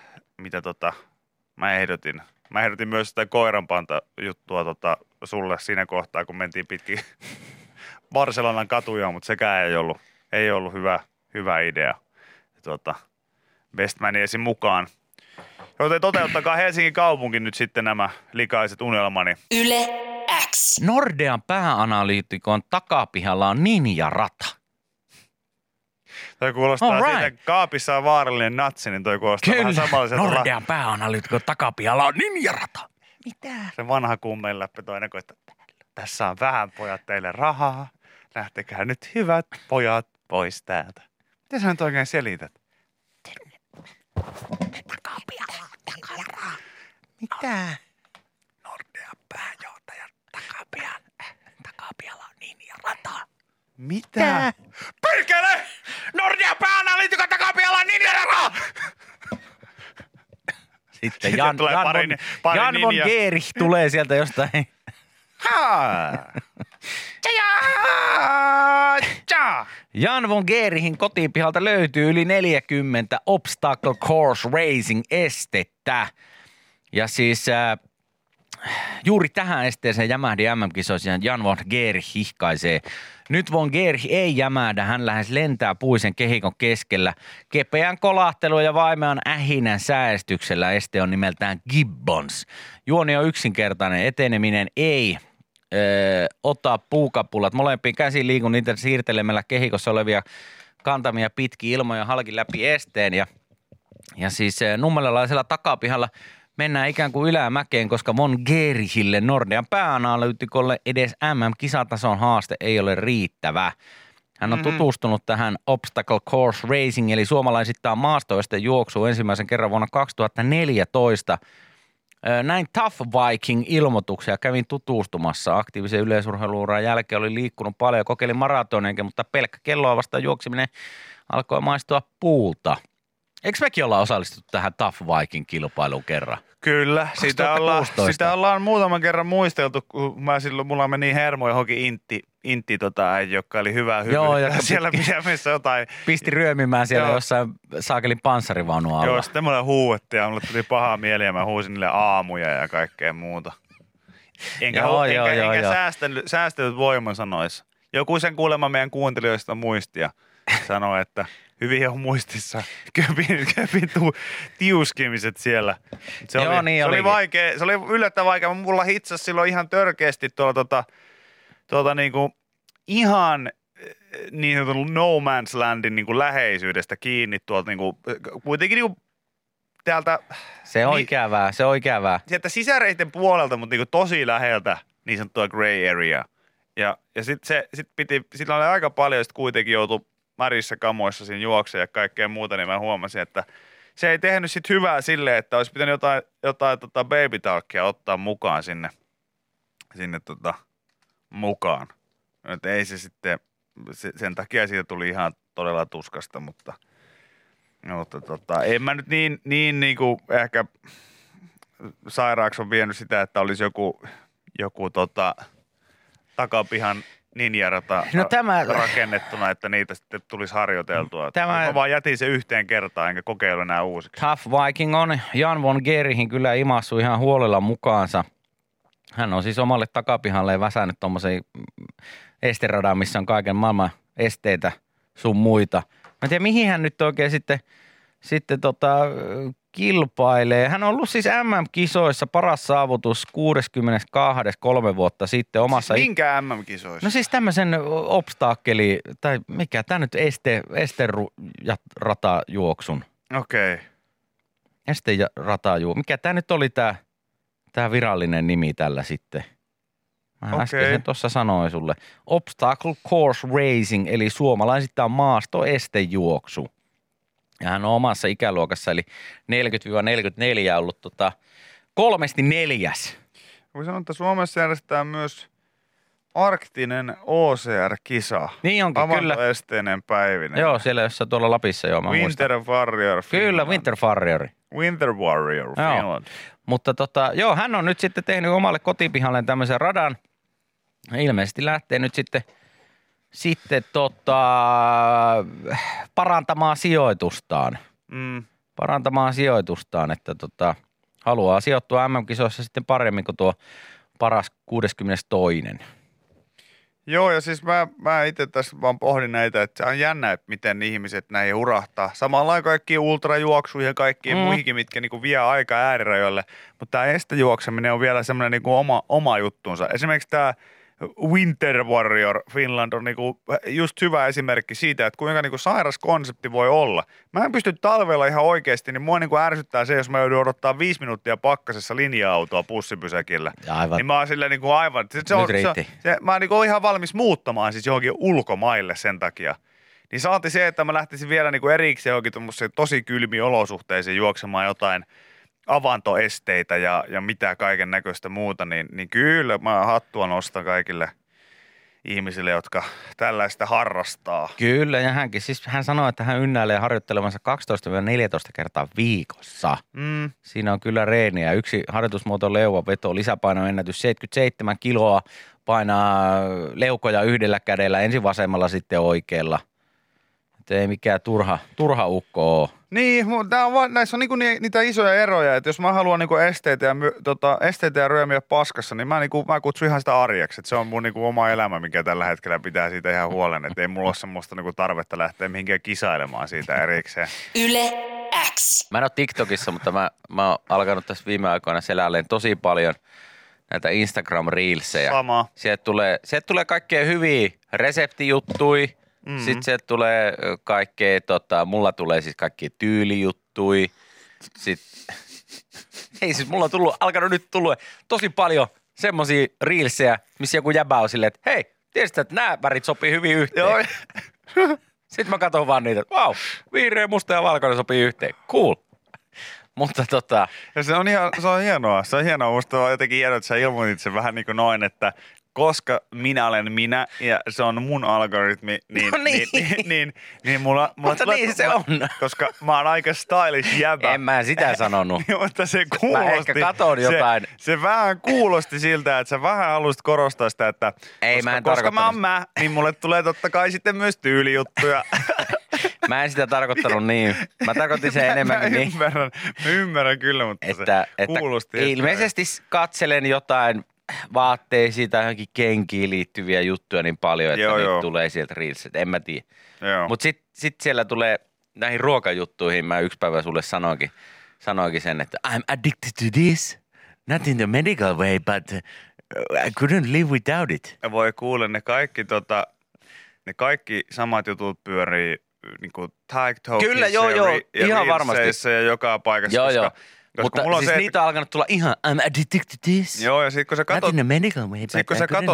mä ehdotin. Mä ehdotin myös sitä koiranpanta juttua sulle siinä kohtaa, kun mentiin pitkin Barcelonan katuja, mutta sekään ei ollut hyvä idea. Bestmani esim. Mukaan. Joten toteuttakaa Helsingin kaupunki nyt sitten nämä likaiset unelmani. Yle X. Nordean pääanalyytikon takapihalla on ninjarata. Toi kuulostaa siitä, kaapissa on vaarallinen natsi, niin toi kuulostaa vähän samanlaiselta. Nordean pääanalyytikon takapihalla on ninjarata. Mitä? Se vanha kummenläppä toinen, että tässä on vähän pojat teille rahaa. Lähtekää nyt hyvät pojat pois täältä. Miten sä nyt oikein selität? Takapihalla. Mitä? Nordean pääjohtajan takapihalla on ninjarata. Mitä? Perkele! Nordean pääanalyytikon takapihalla on ninjarata! Sitten Jan von Geerich tulee sieltä jostain. Jan von Geerichin kotipihalta löytyy yli 40 obstacle course racing estettä. Ja siis juuri tähän esteeseen jämähdi MM-kisoissa Jan von Geerich hihkaisee. Nyt von Geerich ei jämähdä, hän lähes lentää puisen kehikon keskellä. Kepeän kolahtelu ja vaimean ähinän säästyksellä este on nimeltään Gibbons. Juoni on yksinkertainen, eteneminen ei ottaa puukapulat. Molempiin käsiin liikun niitä siirtelemällä kehikossa olevia kantamia pitki ilmoja halki läpi esteen. Ja siis nummelalaisella takapihalla mennään ikään kuin ylämäkeen, koska von Geerichille Nordean pääanalyytikolle edes MM-kisatason haaste ei ole riittävä. Hän on tutustunut tähän obstacle course racing, eli suomalaisittain maastoisten juoksuun ensimmäisen kerran vuonna 2014. Näin Tough Viking-ilmoituksia kävin tutustumassa. Aktiivisen yleisurheiluuran jälkeen oli liikkunut paljon, kokeilin maratoneja, mutta pelkkä kelloa vastaan juoksiminen alkoi maistua puulta. Eikö mekin olla osallistuttu tähän Tough Viking-kilpailuun kerran? Kyllä, sitä ollaan muutaman kerran muisteltu, kun mulla meni hermo johonkin intti joka oli hyvä hyvä. Joo, ja siellä missä jotain. Pisti ryömimään siellä jossain saakelin panssarivaunua alla. Joo, sitten mulle huuetti ja mulle tuli pahaa mieli ja mä huusin niille aamuja ja kaikkea muuta. Enkä säästellyt voimasanoissa. Joku sen kuulemma meidän kuuntelijoista muistia sanoi, että hyvin on muistissa köpin tiuskimiset siellä. Se oli vaikea, se oli yllättävän vaikea. Mulla hitsasi silloin ihan törkeästi tuolta niinku ihan niin sanotun no man's landin niinku läheisyydestä kiinni tuolta niinku kuitenkin niinku täältä. Se on ikävää. Sieltä sisäreiden puolelta, mutta niinku tosi läheltä niin sanottua gray area. Ja sit oli aika paljon sit kuitenkin joutui märissä kamoissa siinä juokseen ja kaikkea muuta, niin mä huomasin, että se ei tehnyt sit hyvää silleen, että olisi pitänyt jotain baby talkia ottaa mukaan sinne mukaan. Että ei se sitten, sen takia siitä tuli ihan todella tuskasta, mutta en mä nyt niin kuin ehkä sairaaksi on vienyt sitä, että olisi joku takapihan ninjarata rakennettuna, että niitä sitten tulisi harjoiteltua. Mä vaan jätin se yhteen kertaan, enkä kokeilu enää uusiksi. Tough Viking on Jan von Geerichin kyllä imassu ihan huolella mukaansa. Hän on siis omalle takapihalle väsännyt tommosen esteradan, missä on kaiken maailman esteitä sun muita. Mä en tiedä, mihin hän nyt oikein sitten kilpailee. Hän on ollut siis MM-kisoissa paras saavutus 62 3 vuotta sitten omassa. Minkä MM-kisoissa? No siis tämmöisen obstaakkeli, tai mikä tämä nyt esteratajuoksun. Okei. Esteratajuoksun. Mikä tämä nyt oli tämä virallinen nimi tällä sitten? Mä äsken sen tuossa sanoin sulle. Obstacle Course Racing, eli suomalaisittain maastoestejuoksu. Ja hän on omassa ikäluokassa, eli 40-44 ollut 3/4. Voi sanoa, että Suomessa järjestetään myös arktinen OCR-kisa. Niin onkin, kyllä. Avantoesteinen päivinen. Joo, siellä jossain tuolla Lapissa joo, mä Winter muistan. Warrior Finland. Kyllä, Winter Warrior. Winter Warrior Finland. Mutta joo, hän on nyt sitten tehnyt omalle kotipihalleen tämmöisen radan. Ilmeisesti lähtee nyt sitten parantamaan sijoitustaan. Parantamaan sijoitustaan, että haluaa sijoittua MM-kisoissa sitten paremmin kuin tuo paras 62. Joo, ja siis mä itse tässä vaan pohdin näitä, että se on jännä, että miten ihmiset näihin urahtaa. Samalla lailla kaikkiin ultrajuoksuihin ja kaikkiin muihinkin, mitkä niinku vie aika äärirajoille. Mutta tämä estejuokseminen on vielä semmoinen niinku oma juttuunsa. Esimerkiksi tämä Winter Warrior Finland on niinku just hyvä esimerkki siitä, että kuinka niinku sairas konsepti voi olla. Mä en pysty talvella ihan oikeasti, niin mua niinku ärsyttää se, jos mä joudun odottaa 5 minuuttia pakkasessa linja-autoa bussipysäkillä. Aivan. Niin mä oon silleen niinku aivan. Mä oon niinku ihan valmis muuttamaan siis johonkin ulkomaille sen takia. Niin saati se, että mä lähtisin vielä niinku erikseen johonkin tosi kylmiin olosuhteisiin juoksemaan jotain avantoesteitä ja mitä kaiken näköistä muuta, niin kyllä mä hattua nostan kaikille ihmisille, jotka tällaista harrastaa. Kyllä, ja hän sanoi, että hän ynnäilee harjoittelevansa 12-14 kertaa viikossa. Siinä on kyllä reeniä. Yksi harjoitusmuoto leuanveto, lisäpainoennätys 77 kiloa, painaa leukoja yhdellä kädellä, ensin vasemmalla sitten oikealla. Että ei mikään turha ukko ole. Niin, mutta näissä on niinku niitä isoja eroja, että jos mä haluan niinku esteitä ja ryömiä paskassa, niin mä kutsun ihan sitä arjeksi. Että se on mun niinku oma elämä, mikä tällä hetkellä pitää siitä ihan huolen. Että ei mulla ole semmoista niinku tarvetta lähteä mihinkään kisailemaan siitä erikseen. Yle X. Mä en ole TikTokissa, mutta mä oon alkanut tässä viime aikoina selälleen tosi paljon näitä Instagram-reelsejä. Sama. Sieltä tulee kaikkea hyviä reseptijuttui. Sitten sieltä tulee kaikkea, mulla tulee siis kaikkia tyylijuttui. Ei siis mulla on alkanut nyt tulla tosi paljon semmosia reelsejä, missä joku jäbä on silleen, että hei, tiedätkö, että nämä värit sopii hyvin yhteen. Joo. Sitten mä katson vaan niitä, että vau, vihreä, musta ja valkoinen sopii yhteen. Cool. Mutta Ja se on hienoa. Se on hienoa. Musta on jotenkin hienoa, että sä ilmoitit sen vähän niin kuin noin, että koska minä olen minä ja se on mun algoritmi, niin mulla mutta tulee, niin se on. Koska mä oon aika stylish jäbä. En mä sitä sanonut. Mutta se kuulosti. Mä ehkä katon jotain. Se vähän kuulosti siltä, että sä vähän haluaisit korostaa sitä, että ei, koska mä oon niin mulle tulee totta kai sitten myös tyylijuttuja. Mä en sitä tarkoittanut niin. Mä tarkoitin sen enemmänkin niin. Mä ymmärrän kyllä, mutta että kuulosti. Ilmeisesti katselen jotain vaatteisiin tai johonkin kenkiin liittyviä juttuja niin paljon, että nyt tulee sieltä reelsit. En mä tiedä. Mutta sit siellä tulee näihin ruokajuttuihin. Mä yksi päivä sulle sanoinkin sen, että I'm addicted to this. Not in the medical way, but I couldn't live without it. Voi kuule, ne kaikki samat jutut pyörii niinku TikTokissa. Kyllä, joo, ihan varmasti. Ja joka paikassa. Joo. Mutta mulla on siis niitä on alkanut tulla ihan, I'm addicted to this. Joo, ja sit kun sä katot, sä katot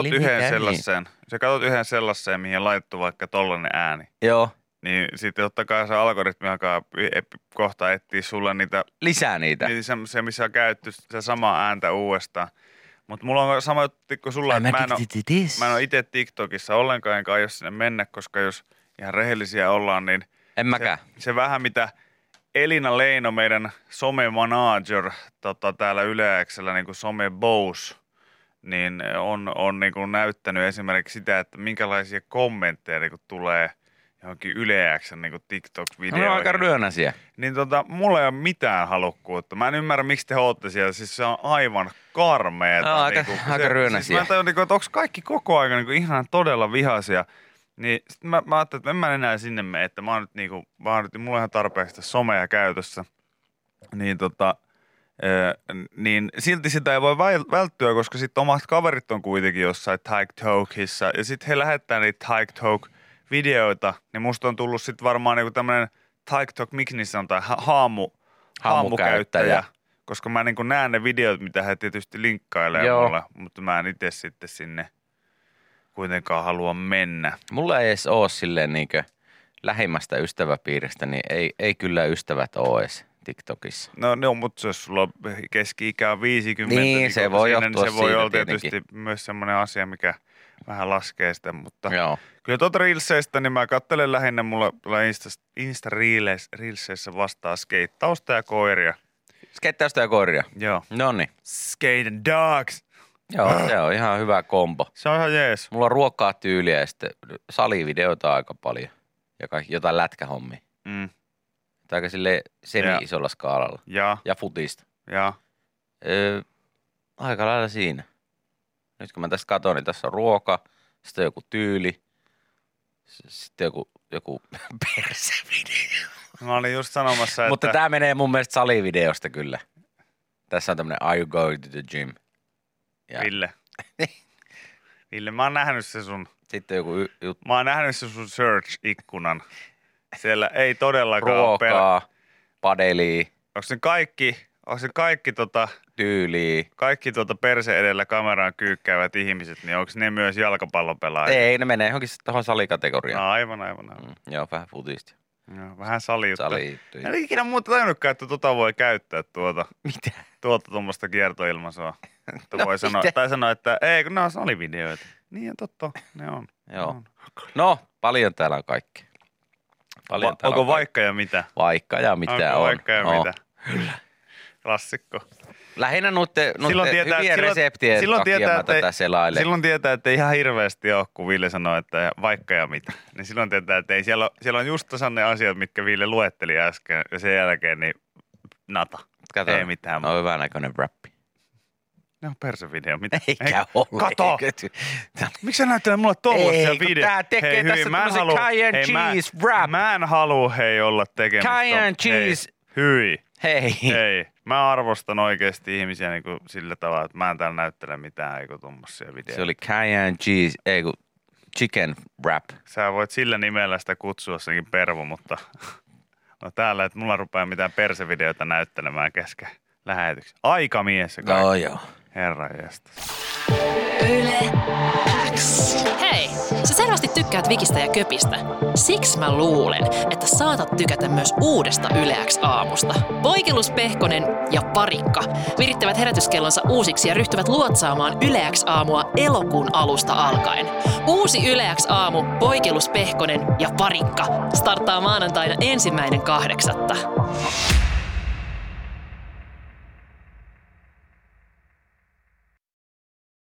yhden sellaiseen, mihin on laitettu vaikka tollainen ääni. Joo. Niin sitten totta kai se algoritmi alkaa kohta etsiä sulle niitä. Lisää niitä. Se, missä on käytetty se samaa ääntä uudestaan. Mutta mulla on sama juttu kuin sulla, että mä en ole itse TikTokissa ollenkaan, enkä aio sinne mennä, koska jos ihan rehellisiä ollaan, niin en mäkään. Se vähän mitä Elina Leino, meidän some-manager täällä Yle X:llä, niin kuin some-boss, niin on niin kuin näyttänyt esimerkiksi sitä, että minkälaisia kommentteja niin kuin tulee johonkin Yle X:n niin kuin TikTok-videoihin. No aika ryönäisiä. Niin mulla ei ole mitään halukkuutta. Mä en ymmärrä, miksi te ootte siellä. Siis se on aivan karmeeta. No, aika ryönäisiä. Siis mä tajun, että onko kaikki koko ajan niin ihan todella vihaisia. Niin sitten mä ajattelin, että en mä enää sinne mene, että mulla on ihan tarpeeksi somea käytössä. Niin silti sitä ei voi välttyä, koska sitten omat kaverit on kuitenkin jossain TikTokissa. Ja sitten he lähettää niitä TikTok-videoita, niin musta on tullut sitten varmaan niinku tämmönen TikTok, miksi niissä sanotaan, haamukäyttäjä. Koska mä niinku näen ne videot, mitä he tietysti linkkailee mulle, mutta mä en itse sitten sinne kuitenkaan halua mennä. Mulla ei edes ole silleen niinkö lähimmästä ystäväpiiristä, niin ei kyllä ystävät ole edes TikTokissa. No mutta jos sulla on keski-ikä on 50, niin se voi johtua se voi olla tietenkin. Tietysti myös semmoinen asia, mikä vähän laskee sitä, mutta joo. Kyllä tuota Reelseistä, niin mä katselen lähinnä, mulla Insta-Reelseissä vastaa skeittausta ja koiria. Skeittausta ja koiria. Joo. Noniin. Skate and dogs. Joo, se on ihan hyvä kombo. Se on ihan jees. Mulla on ruokaa tyyliä ja sitten salivideoita aika paljon. Ja jotain lätkähommia. Aika silleen semi-isolla skaalalla. Ja futista. Ja. Aika lailla siinä. Nyt kun mä tästä katson, niin tässä on ruoka, sitten joku tyyli, sitten joku persevideo. Mä olin just sanomassa, että... Mutta tää menee mun mielestä salivideosta kyllä. Tässä on tämmönen Are you going to the gym? Ja... Ville, mä oon nähnyt se sun... Sitten joku juttu. Mä oon nähnyt se sun search-ikkunan. Siellä ei todellakaan ruokaa, padelia. Onko se kaikki tyyliä. Kaikki perse edellä kameraan kyykkäävät ihmiset, niin onko ne myös jalkapallopelaajia? Ei, ne menee johonkin tuohon salikategoriaan. Aivan. Joo, vähän futista. Joo, vähän salijuttuja. En ole ikinä muuta tajunnutkaan, että voi käyttää Mitä? Tuommoista kiertoilmaisua. Voi sanoa, että ei, kun ne on salivideoita. Niin totta, ne on. Joo. No, paljon täällä on kaikkea. Onko vaikka ja mitä? Vaikka ja mitä onko on. Vaikka ja mitä? Kyllä. Klassikko. Lähinnä nuutte hyvien reseptien takia mä tätä selailen. Silloin tietää, että ei ihan hirveästi ole, kun Ville sanoo, että vaikka ja mitä. Niin silloin tietää, että ei siellä on just tasan ne asiat, mitkä Ville luetteli äsken. Ja sen jälkeen niin nata. Kato, ei mitään. On hyvän näköinen räppi. Ne on persevideo. Mitä? Eikä ole. Kato! Miksi sä näyttelet mulle tollaisia videoita? Ei, kun tää tekee tässä tämmösen cayenne cheese wrap. Mä en halua olla tekemistä. Cayenne cheese. Hyi. Hei. Mä arvostan oikeesti ihmisiä niinku sillä tavalla, että mä en täällä näyttele mitään eiku tommosia videoita. Se oli cayenne cheese, chicken wrap. Sä voit sillä nimellä sitä kutsua senkin pervo, mutta no täällä, että mulla rupeaa mitään persevideoita näyttelemään kesken lähetyksen. Aikamies se kaikki. No joo. Herra jästä. Yle X. Hei, sä selvästi tykkäät Vikistä ja Köpistä. Siksi mä luulen, että saatat tykätä myös uudesta Yle X-aamusta. Poikelus, Pehkonen ja Parikka virittävät herätyskellonsa uusiksi ja ryhtyvät luotsaamaan Yle X-aamua elokuun alusta alkaen. Uusi Yle X-aamu, Poikelus, Pehkonen ja Parikka starttaa maanantaina 1.8.